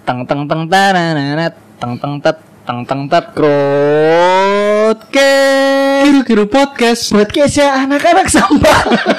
Tang tang tang tananet tang tang tat tang tang tat Podcast Kiru-kiru podcast. Podcastnya anak-anak sampah.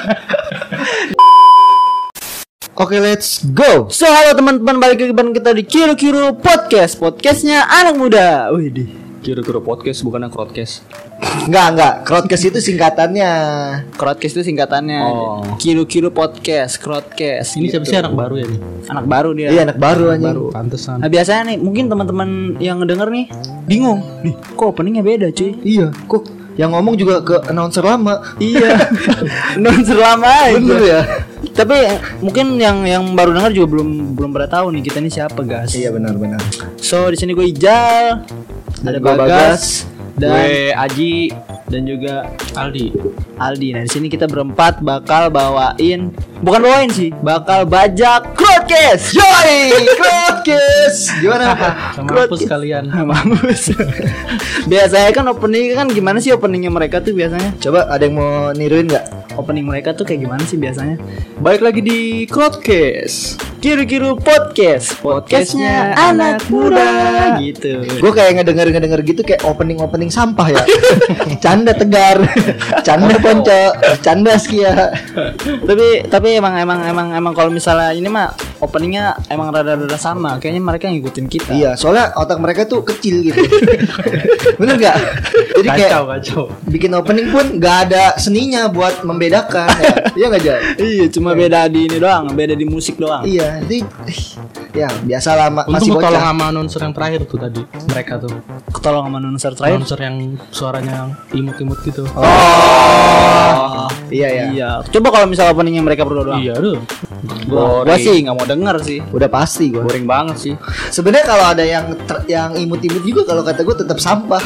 Oke, let's go. So halo teman-teman, balik lagi bareng kita di Kiru-kiru Podcast. Podcastnya anak muda. Widih, Kiru-kiru podcast bukan Crowdcast. Enggak, Crowdcast itu singkatannya. Crowdcast itu singkatannya. Oh. Kiru-kiru Podcast, Crowdcast. Ini siapa sih anak baru ya nih? Anak baru dia. Iya, anak baru anjing. Pantesan. Nah biasanya nih, mungkin teman-teman yang ngedenger nih bingung. Nih, kok openingnya beda cuy? Iya, kok yang ngomong juga ke announcer lama. Iya. Announcer lama aja. Bener ya? Tapi mungkin yang baru dengar juga belum pada tahu nih kita ini siapa, guys. Iya, benar. So di sini gue Ijal, ada gua Bagas, dan Gue Aji dan juga Aldi. Nah di sini kita berempat bakal bawain sih, bakal bajak Crowdcast. Yoi, Crowdcast. Gimana? Sama hapus kalian. Mampus. Biasanya kan opening kan gimana sih openingnya mereka tuh biasanya? Coba ada yang mau niruin enggak? Opening mereka tuh kayak gimana sih biasanya? Baik lagi di Crowdcast. Kiru-kiru Podcast, podcastnya anak muda gitu. Gue kayak ngedenger gitu kayak opening sampah ya. Canda Tegar, canda Ponco, canda Skia. Tapi emang kalau misalnya ini mah openingnya emang rada-rada sama. Kayaknya mereka ngikutin kita. Iya, soalnya otak mereka tuh kecil gitu. Bener gak? Jadi kayak Kacau. bikin opening pun gak ada seninya buat membedakan ya. Iya gak Jal? Iya, cuma beda di ini doang, beda di musik doang. Iya, jadi ya biasalah masih Untung ketolong bocah. sama announcer yang terakhir tuh tadi. Mereka tuh Ketolong sama announcer terakhir. announcer yang suaranya imut-imut gitu. Oh. Iya. Coba kalau misalnya openingnya mereka berdua doang. Iya, aduh. Gua sih nggak mau denger sih. Udah pasti gue. Boring banget sih. Sebenarnya kalau ada yang imut-imut juga kalau kata gue tetap sampah.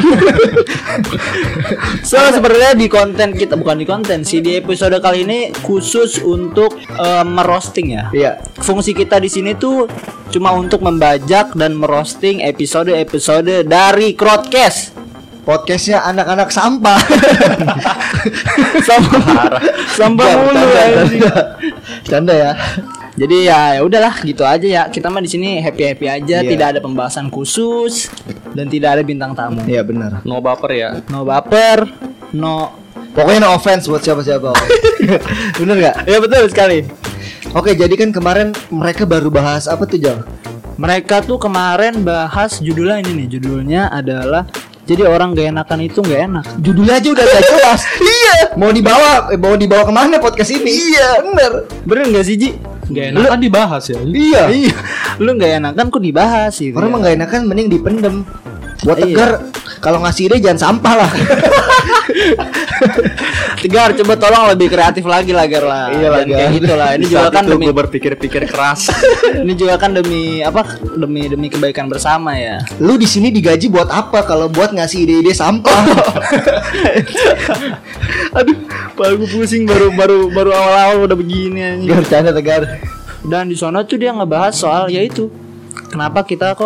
So sebenarnya di konten kita bukan di konten sih, di episode kali ini khusus untuk merosting ya. Iya. Fungsi kita di sini tuh cuma untuk membajak dan merosting episode-episode dari Crowdcast. Podcastnya anak-anak sampah. Sampah mulu anjing. Canda ya. Jadi ya udahlah gitu aja ya. Kita mah di sini happy aja, Iya. tidak ada pembahasan khusus dan tidak ada bintang tamu. Iya benar. No baper ya. No baper, no. Pokoknya no offense buat siapa-siapa. Bener gak? Ya betul sekali. Oke, jadi kan kemarin mereka baru bahas apa tuh Jal? Mereka tuh kemarin bahas judulnya ini nih. Judulnya adalah jadi orang gak enakan itu gak enak. Judulnya aja udah gak jelas. Iya. Mau dibawa kemana podcast ini? Iya, bener. Bener gak sih Ji? Gak enak kan dibahas ya. Iya. Lu gak enakan kok dibahas gitu. Orang ya. mah gak enakan mending dipendem. Buat Iya. Tegar kalau ngasih ide jangan sampah lah. Tegar coba tolong lebih kreatif lagi lah Gar lah. Iya lah, Jangan kayak Gar. gitu lah. Ini juga kan demi berpikir-pikir keras. ini juga kan demi apa? Demi kebaikan bersama ya. Lu di sini digaji buat apa kalau buat ngasih ide-ide sampah? Aduh, paling gue pusing baru awal-awal udah begini anjing. Tegar canda Tegar. Dan di sana tuh dia ngebahas soal yaitu kenapa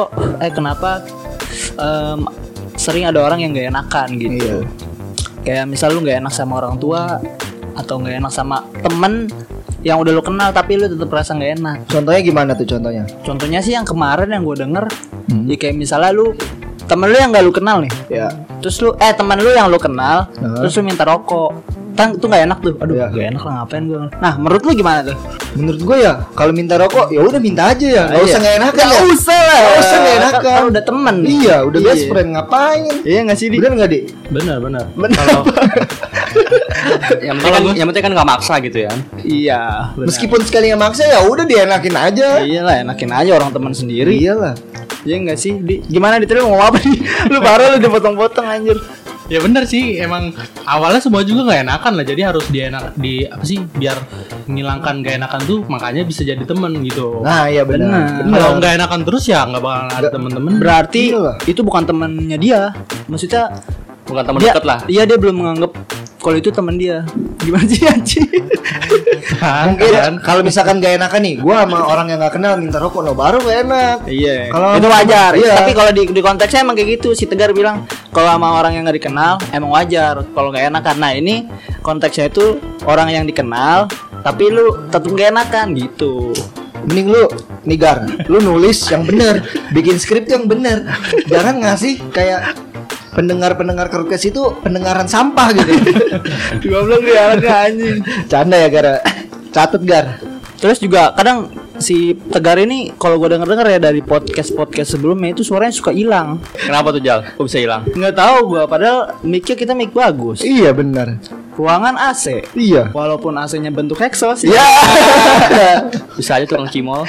sering ada orang yang gak enakan gitu. Iya. Kayak misal lu gak enak sama orang tua atau gak enak sama temen yang udah lu kenal tapi lu tetap merasa gak enak. Contohnya gimana tuh contohnya? Contohnya sih yang kemarin yang gue denger, ya kayak misalnya temen lu yang gak lu kenal nih, Ya. terus temen lu yang lu kenal, terus lu minta rokok. Tuh gak enak tuh. Aduh, Iya. gak enak lah ngapain gue. Nah, menurut lu gimana tuh? Menurut gue ya kalau minta rokok ya udah minta aja ya. Gak Iya. usah gak enakan. Gak usah lah. Gak usah gak enakan. Kan udah temen. Iya, udah Iya. best friend ngapain? Iya gak sih Di? Bener gak Di? Benar. Kalau yang penting kan nggak maksa gitu ya. Iya benar. Meskipun sekali yang maksa ya udah dienakin aja. Iyalah enakin aja orang teman sendiri. Iyalah. Iya enggak sih? Gimana Di? Tadi lu ngomong apa nih? Lu parah lu dipotong-potong anjir. Ya benar sih, emang awalnya semua juga nggak enakan lah, jadi harus biar menghilangkan gak enakan tuh, makanya bisa jadi temen gitu. Nah, iya benar. Kalau nggak enakan terus ya nggak bakalan ada temen-temen. Berarti Iyalah. itu bukan temannya dia. Maksudnya Bukan temen dia, deket lah. Iya dia belum menganggap kalau itu teman dia. Gimana sih anjing? Mungkin kalau misalkan gak enakan nih, gua sama orang yang gak kenal minta rokok, no baru gak enak. Iya. Kalau Itu wajar. iya. Tapi kalau di konteksnya emang kayak gitu. Si Tegar bilang kalau sama orang yang nggak dikenal emang wajar. Kalau nggak enakan. Nah ini konteksnya itu orang yang dikenal tapi lu tetap gak enakan gitu. Mending lu nih Gar, lu nulis yang bener, bikin skrip yang bener. Jangan ngasih kayak pendengar podcast itu pendengaran sampah gitu. Goblok dia anaknya anjing. Canda ya Gar. Catet Gar. Terus juga kadang si Tegar ini kalau gue denger ya dari podcast sebelumnya itu suaranya suka hilang. Kenapa tuh Jal? Kok bisa hilang? Nggak tahu gue, padahal mic-nya kita mic bagus. Iya benar. Ruangan AC. Iya. Walaupun AC-nya bentuk hexos Ya. Bisa aja tukang cimol.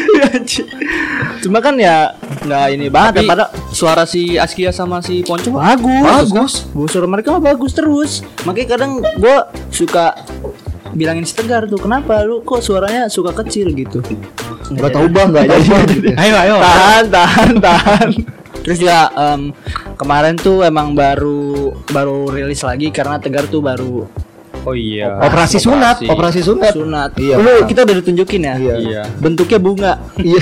Cuma kan ya nggak ini banget. Tapi Padahal suara si Askia sama si Ponco bagus. Suara mereka mah bagus terus. Makanya kadang gue suka bilangin si Tegar tuh, kenapa lu kok suaranya suka kecil gitu. Gak tau bang, gak tahu bang. Ayo. Tahan. Terus juga kemarin tuh emang baru rilis lagi karena Tegar tuh baru Oh iya. Operasi sunat. sunat. Iya. Lu kita udah ditunjukin ya. Iya. Bentuknya bunga. Iya.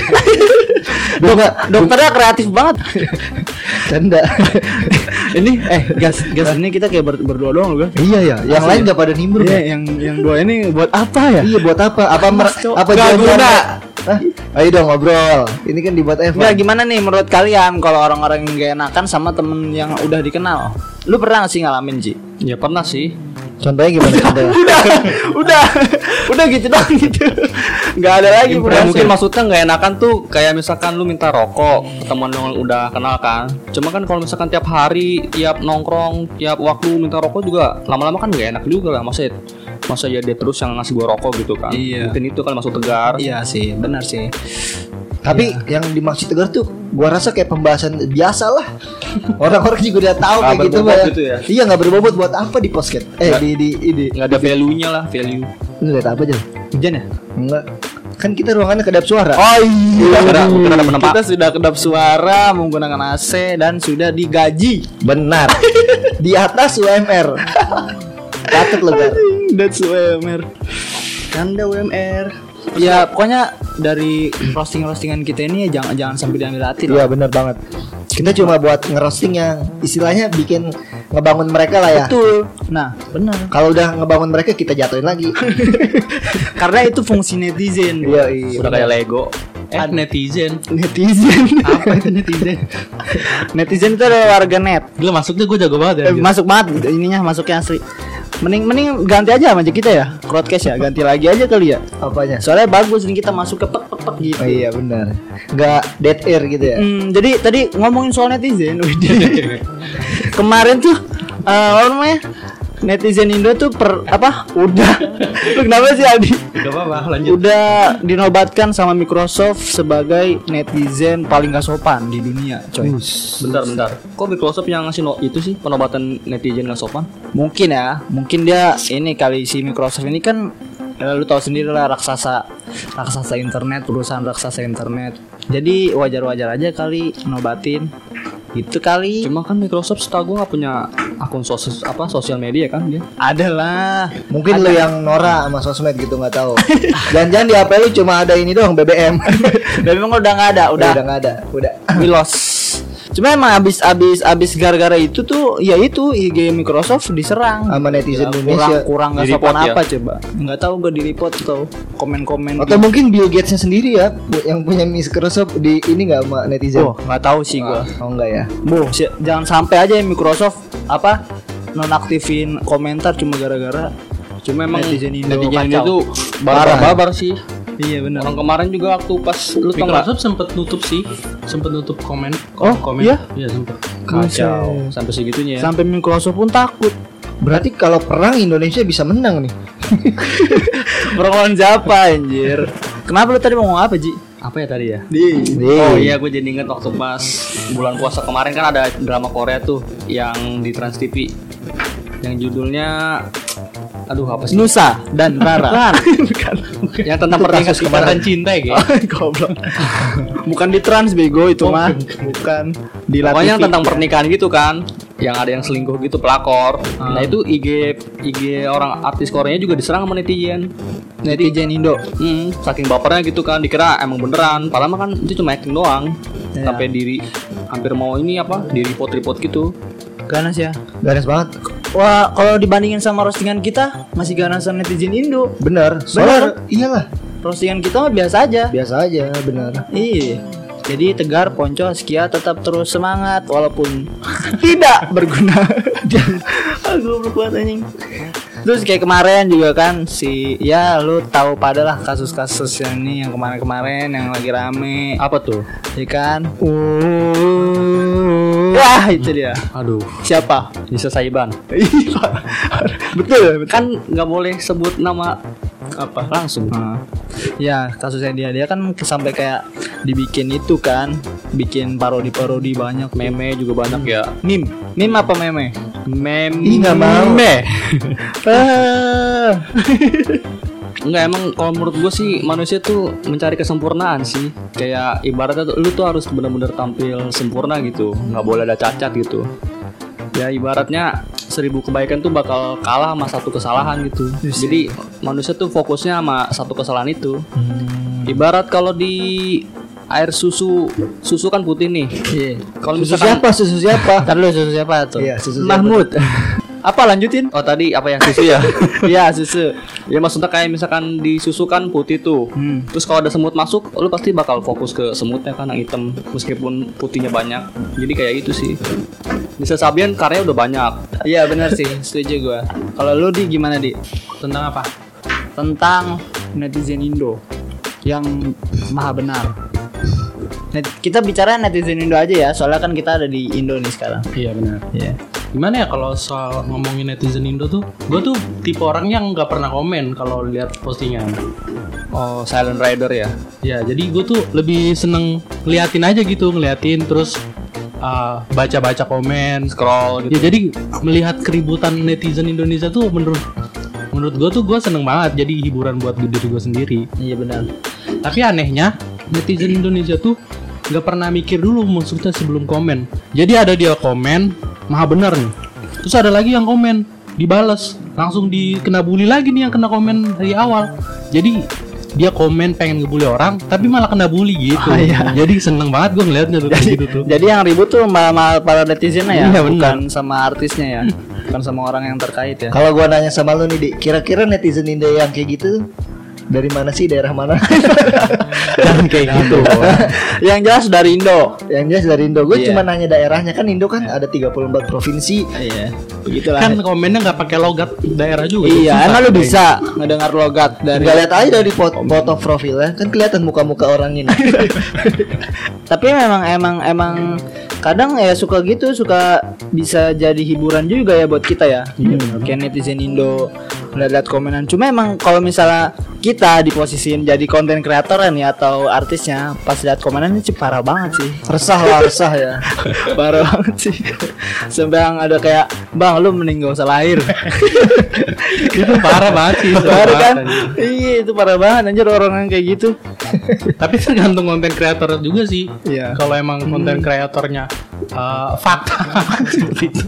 Dokternya kreatif banget. Canda. Ini gas ini kita kayak berdua doang loh, Gan. Iya ya. Yang lain gak pada nimbrung. Iya, yang dua ini buat apa ya? Iya buat apa? Apa Gak jangan-jangan- guna. Hah? Ayo dong ngobrol. Ini kan dibuat Eva. Enggak, gimana nih menurut kalian kalau orang-orang yang gak enakan sama temen yang udah dikenal? Lu pernah gak sih ngalamin, Ji? Ya pernah sih. Contohnya gimana contohnya? udah gitu dong gitu. Nggak ada lagi. Ya, mungkin maksudnya nggak enakan tuh kayak misalkan lu minta rokok ke teman yang udah kenal kan. Cuma kan kalau misalkan tiap hari, tiap nongkrong, tiap waktu minta rokok juga lama-lama kan nggak enak juga lah. Masa ya dia terus yang ngasih gua rokok gitu kan. Iya. Mungkin itu kan maksud Tegar. Iya sih, benar sih. Tapi yang dimaksud Tegar tuh gua rasa kayak pembahasan biasa lah. Orang-orang juga udah tahu kayak gitu, berbobot Pak. gitu ya? Iya nggak berbobot buat apa di podcast? Di Nggak ada value-nya lah, value. Lu lihat apa aja? Hujan ya? Enggak. Kan kita ruangannya kedap suara. Oh iya. Kita ada penempat. Kita sudah kedap suara menggunakan AC dan sudah digaji. Benar. Di atas UMR. Catat lo Gar. That's UMR. Anda UMR. Ya pokoknya dari roastingan kita ini ya jangan sampai diambil hati Iya lah. benar banget. Kita cuma buat ngerosting yang istilahnya bikin ngebangun mereka lah ya. Betul. Nah, benar. Kalau udah ngebangun mereka kita jatuhin lagi. Karena itu fungsi netizen. Iya. Udah kayak Lego. Netizen. Apa itu netizen? Netizen itu adalah warga net. Gila masuknya gue jago banget ya. Masuk banget masuknya asli. Mending ganti aja sama kita ya. Broadcast ya, ganti lagi aja kali ya. Apanya? Soalnya bagus nih kita masuk ke pek gitu. Oh iya benar. Nggak dead air gitu ya. Jadi tadi ngomongin soal netizen. Kemarin tuh apa namanya? Netizen Indo tuh udah. Lu kenapa sih Aldi? Gak apa-apa, lanjut. Udah dinobatkan sama Microsoft sebagai netizen paling gak sopan di dunia, coy. Bentar. Kok Microsoft yang ngasih itu sih penobatan netizen nggak sopan? Mungkin dia ini kali si Microsoft ini kan lu tahu sendiri lah raksasa internet, perusahaan raksasa internet. Jadi wajar-wajar aja kali nobatin. Gitu kali. Cuma kan Microsoft setahu gue nggak punya akun sosial media kan dia. Ada lah. Mungkin lu yang Nora sama sosmed gitu nggak tahu. Jangan-jangan di HP lu cuma ada ini doang BBM. Dan memang udah nggak ada, udah nggak ada. Udah. we lost. Cuma emang abis gara-gara itu tuh ya itu IG Microsoft diserang Sama netizen Indonesia. kurang nggak Di-report sopan ya? apa coba nggak tahu gue di report atau komen-komen Atau mungkin Bill Gatesnya sendiri ya yang punya Microsoft di ini nggak sama netizen. nggak tahu sih gue. Oh enggak ya. Jangan sampai aja ya Microsoft nonaktifin komentar cuma gara-gara Cuma emang Netizen Indo netizen kacau. itu Parah. babar sih. iya benar. Orang kemarin juga waktu pas lu tau nggak? Microsoft sempet nutup komen. Komen. iya? Iya sempet. Kacau sampai segitunya ya. Sampai Microsoft pun takut. Berarti kalau perang Indonesia bisa menang nih. Perang siapa anjir? Kenapa lu tadi mau ngomong apa, Ji? Apa ya tadi ya? Oh Oh iya, gue jadi inget waktu pas bulan puasa kemarin kan ada drama Korea tuh yang di Trans TV yang judulnya apa sih? Nusa dan Rara. Bukan. Yang tentang pernikahan Ikatan cinta ya. Goblok. Bukan di Trans bego itu mah. Bukan di La Pokoknya TV. tentang pernikahan gitu kan. Yang ada yang selingkuh gitu pelakor. Nah itu IG orang artis Korea juga diserang sama netizen. netizen Indo. Saking bapernya gitu kan, dikira emang beneran. Padahal mah kan itu cuma acting doang. Ya. Sampai hampir mau ini di report gitu. Ganas ya. Ganas banget. Wah, kalau dibandingin sama roastingan kita masih ganasan netizen Indo. Bener. Soalnya iyalah. Postingan kita mah biasa aja. Biasa aja, benar. Iya. Jadi Tegar, Ponco, Skia tetap terus semangat walaupun tidak berguna. Aku berkuat anjing. Terus kayak kemarin juga kan ya lu tahu pada lah kasus-kasus yang ini yang kemarin-kemarin yang lagi rame. Apa tuh? Ya kan? Wah, itu dia. Aduh, Siapa? Nisa Saiban. Betul. Kan nggak boleh sebut nama apa langsung. Ya kasusnya dia kan sampai kayak dibikin itu kan, bikin parodi banyak, Meme juga banyak ya. meme apa meme? Meme. Ih, nggak mau. Enggak, emang kalau menurut gue sih manusia tuh mencari kesempurnaan sih. Kayak ibaratnya tuh, lu tuh harus benar-benar tampil sempurna gitu, nggak boleh ada cacat gitu. Ya ibaratnya 1000 kebaikan tuh bakal kalah sama 1 kesalahan gitu. Jadi manusia tuh fokusnya sama 1 kesalahan itu. Ibarat kalau di air susu kan putih nih. Iya. Kalau Susu misalkan siapa? Ntar lu susu siapa tuh? Iya, susu siapa Mahmud. Apa lanjutin? oh tadi apa ya, susu ya? Iya susu. Ya maksudnya kayak misalkan di susu kan putih tuh. Terus kalau ada semut masuk, lu pasti bakal fokus ke semutnya kan yang hitam meskipun putihnya banyak. Jadi kayak gitu sih. Nisa Sabian karyanya udah banyak. Iya benar sih, setuju gua. Kalau lu di gimana di? Tentang apa? Tentang netizen Indo yang maha benar. Kita bicara netizen Indo aja ya, soalnya kan kita ada di Indo nih sekarang. Iya benar. Iya. Gimana ya kalau soal ngomongin netizen Indo tuh, gue tuh tipe orang yang nggak pernah komen kalau lihat postingan. Oh, silent rider ya. Ya jadi gue tuh lebih seneng ngeliatin aja gitu, ngeliatin terus baca-baca komen, Scroll gitu. ya jadi melihat keributan netizen Indonesia tuh menurut gue tuh gue seneng banget, jadi hiburan buat diri gue sendiri. Iya benar. Tapi anehnya netizen Indonesia tuh nggak pernah mikir dulu maksudnya sebelum komen. Jadi ada dia komen maha benar nih, terus ada lagi yang komen dibales langsung dikena bully lagi nih yang kena komen dari awal. Jadi dia komen pengen ngebully orang tapi malah kena bully gitu. Iya. Jadi seneng banget gue ngeliatnya tuh kayak gitu tuh. Jadi yang ribut tuh malah para netizennya ya, Iya, benar. bukan sama artisnya ya, bukan sama orang yang terkait ya. Kalau gua nanya sama lu nih, Dik, kira-kira netizen Indo yang kayak gitu dari mana sih, daerah mana? Jangan kayak gitu. Yang jelas dari Indo. Yang jelas dari Indo. Gue Iya. cuma nanya daerahnya, kan Indo kan ada 34 provinsi. Iya. Begitulah. Kan komennya nggak pakai logat daerah juga. Iya, Susah. emang lu bisa ngedengar logat dari. Gak lihat aja dari foto profilnya, kan kelihatan muka-muka orang ini. Tapi emang kadang ya suka gitu, suka bisa jadi hiburan juga ya buat kita ya. Kayak netizen Indo lihat komenan. Cuma emang kalau misalnya kita diposisiin jadi konten kreator nih atau artisnya, pas lihat komenan ini parah banget sih. resah ya. Parah banget sih. Sampai yang ada kayak, "Bang, lu mending gak usah lahir." Itu parah banget sih. Parah kan? anjir. Iya, itu parah banget anjir orang yang kayak gitu. Tapi tergantung konten kreator juga sih. Iya. Kalau emang konten kreatornya fakta seperti itu.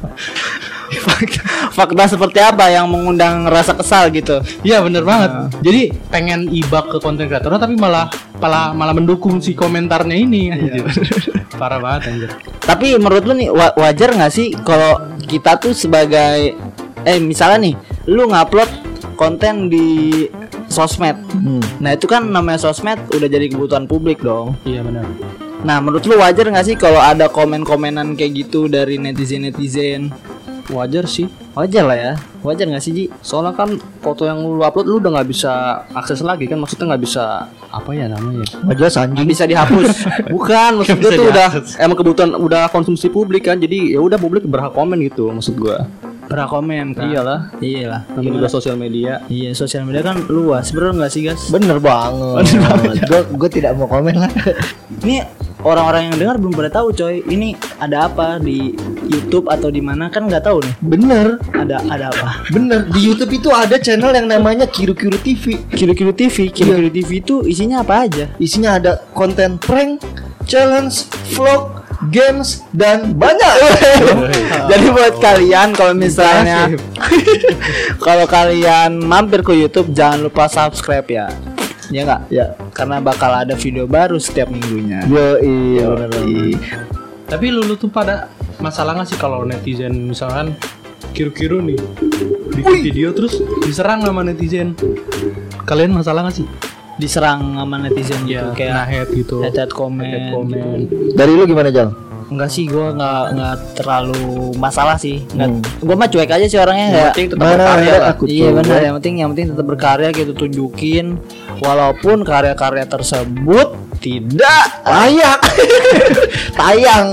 Fakta seperti apa yang mengundang rasa kesal gitu. Iya bener banget. Jadi pengen ibak ke konten kreatornya tapi malah mendukung si komentarnya ini. Anjir. Parah banget anjir. Tapi menurut lu nih wajar nggak sih kalau kita tuh sebagai misalnya nih lu ngupload konten di sosmed. Nah itu kan namanya sosmed udah jadi kebutuhan publik dong. Iya benar. Nah menurut lu wajar nggak sih kalau ada komen-komenan kayak gitu dari netizen? Wajar sih. Wajar lah ya. Wajar nggak sih Ji? Soalnya kan foto yang lu upload lu udah nggak bisa akses lagi kan, maksudnya nggak bisa apa ya namanya? Wajah Nggak anjing. bisa dihapus. Bukan, maksud Nggak gue bisa tuh udah diakses. emang kebutuhan, udah konsumsi publik kan, jadi ya udah publik berhak komen gitu maksud gua. Pernah komen kan? Iyalah. Namanya juga sosial media. Iya, sosial media kan luas, bener nggak sih guys? Bener banget. Gue tidak mau komen lah. Ini orang-orang yang dengar belum pada tahu coy. Ini ada apa di YouTube atau di mana kan nggak tahu nih. Bener. Ada apa? Bener. Di YouTube itu ada channel yang namanya Kiru-Kiru TV. Kiru-Kiru TV. Kiru-Kiru TV itu isinya apa aja? Isinya ada konten prank, challenge, vlog, games, dan banyak. Jadi buat kalian kalau misalnya kalau kalian mampir ke YouTube jangan lupa subscribe ya. Ya nggak? Ya. Karena bakal ada video baru setiap minggunya. Yo iya bener. Tapi lu tuh pada masalah nggak sih kalau netizen misalkan kiru-kiru nih bikin video terus diserang sama netizen? Kalian masalah nggak sih? diserang sama netizen gitu Ya, kayak nge-hate gitu. head komen. Hate komen. Dari lu gimana, Jal? Enggak sih, gue nggak terlalu masalah sih. Gue mah cuek aja sih orangnya Yang kayak. penting tetap Mana berkarya ada lah. aku Iya coba. benar, yang penting tetap berkarya gitu, tunjukin walaupun karya-karya tersebut tidak Layak. Tayang.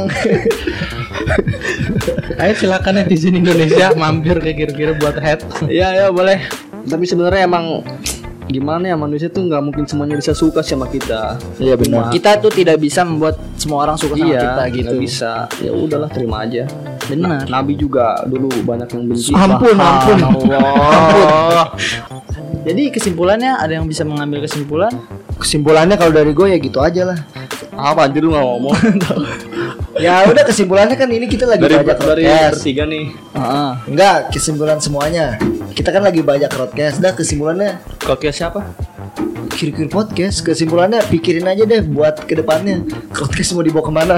Ayo silakan netizen Indonesia mampir ke kira-kira buat head. ya boleh. Tapi sebenarnya emang gimana ya, manusia tuh nggak mungkin semuanya bisa suka sama kita. Iya benar. Kita tuh tidak bisa membuat semua orang suka sama Iya, kita gitu. nggak bisa. Ya udahlah, terima aja. Benar. Nabi juga dulu banyak yang benci. Ampun. Allah. Jadi kesimpulannya ada yang bisa mengambil kesimpulan? Kesimpulannya kalau dari gue ya gitu aja lah. Apa anjir lu nggak ngomong? Ya udah, kesimpulannya kan ini kita lagi dari banyak dari podcast. bertiga nih. Heeh. Enggak, kesimpulan semuanya. Kita kan lagi banyak podcast. Dah kesimpulannya Podcast siapa? kir-kir podcast. Kesimpulannya pikirin aja deh buat kedepannya. Podcast mau dibawa kemana?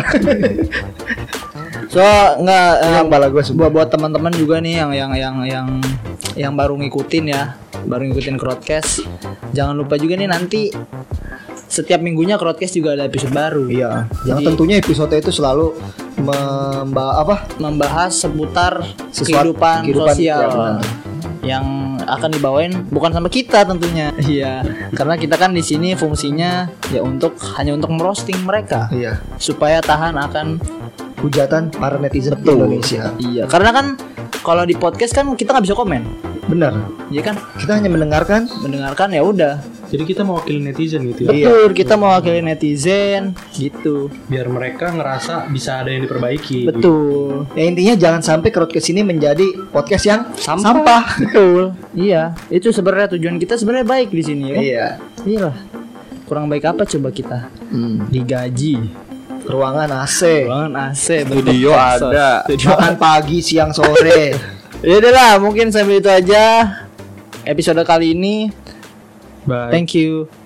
So nggak Yang bala gue buat teman-teman juga nih yang baru ngikutin ya, baru ngikutin Crowdcast. Jangan lupa juga nih nanti setiap minggunya Crowdcast juga ada episode baru. Iya. Yang Jadi- tentunya episode itu selalu Membahas seputar Sesuatu- kehidupan kehidupan, sosial ya benar. yang akan dibawain bukan sama kita tentunya. Iya, karena kita kan di sini fungsinya ya hanya untuk merosting mereka Iya. supaya tahan akan Hujatan para netizen Indonesia. iya. Karena kan kalau di podcast kan kita nggak bisa komen, Benar. ya kan? Kita hanya mendengarkan. Mendengarkan ya udah. Jadi kita mewakili netizen gitu ya. Betul, kita mewakili netizen gitu. Biar mereka ngerasa bisa ada yang diperbaiki. Betul. Ya intinya jangan sampai Crowdcast ini menjadi podcast yang sampah. Betul. Iya, itu sebenarnya tujuan kita sebenarnya baik di sini ya. Kan? Iya. Iyalah. Kurang baik apa coba kita? Digaji. Ruangan AC. Ruangan AC, Studio ada. Makan pagi, siang, sore. Ya udah lah, mungkin sampai itu aja episode kali ini. Bye. Thank you.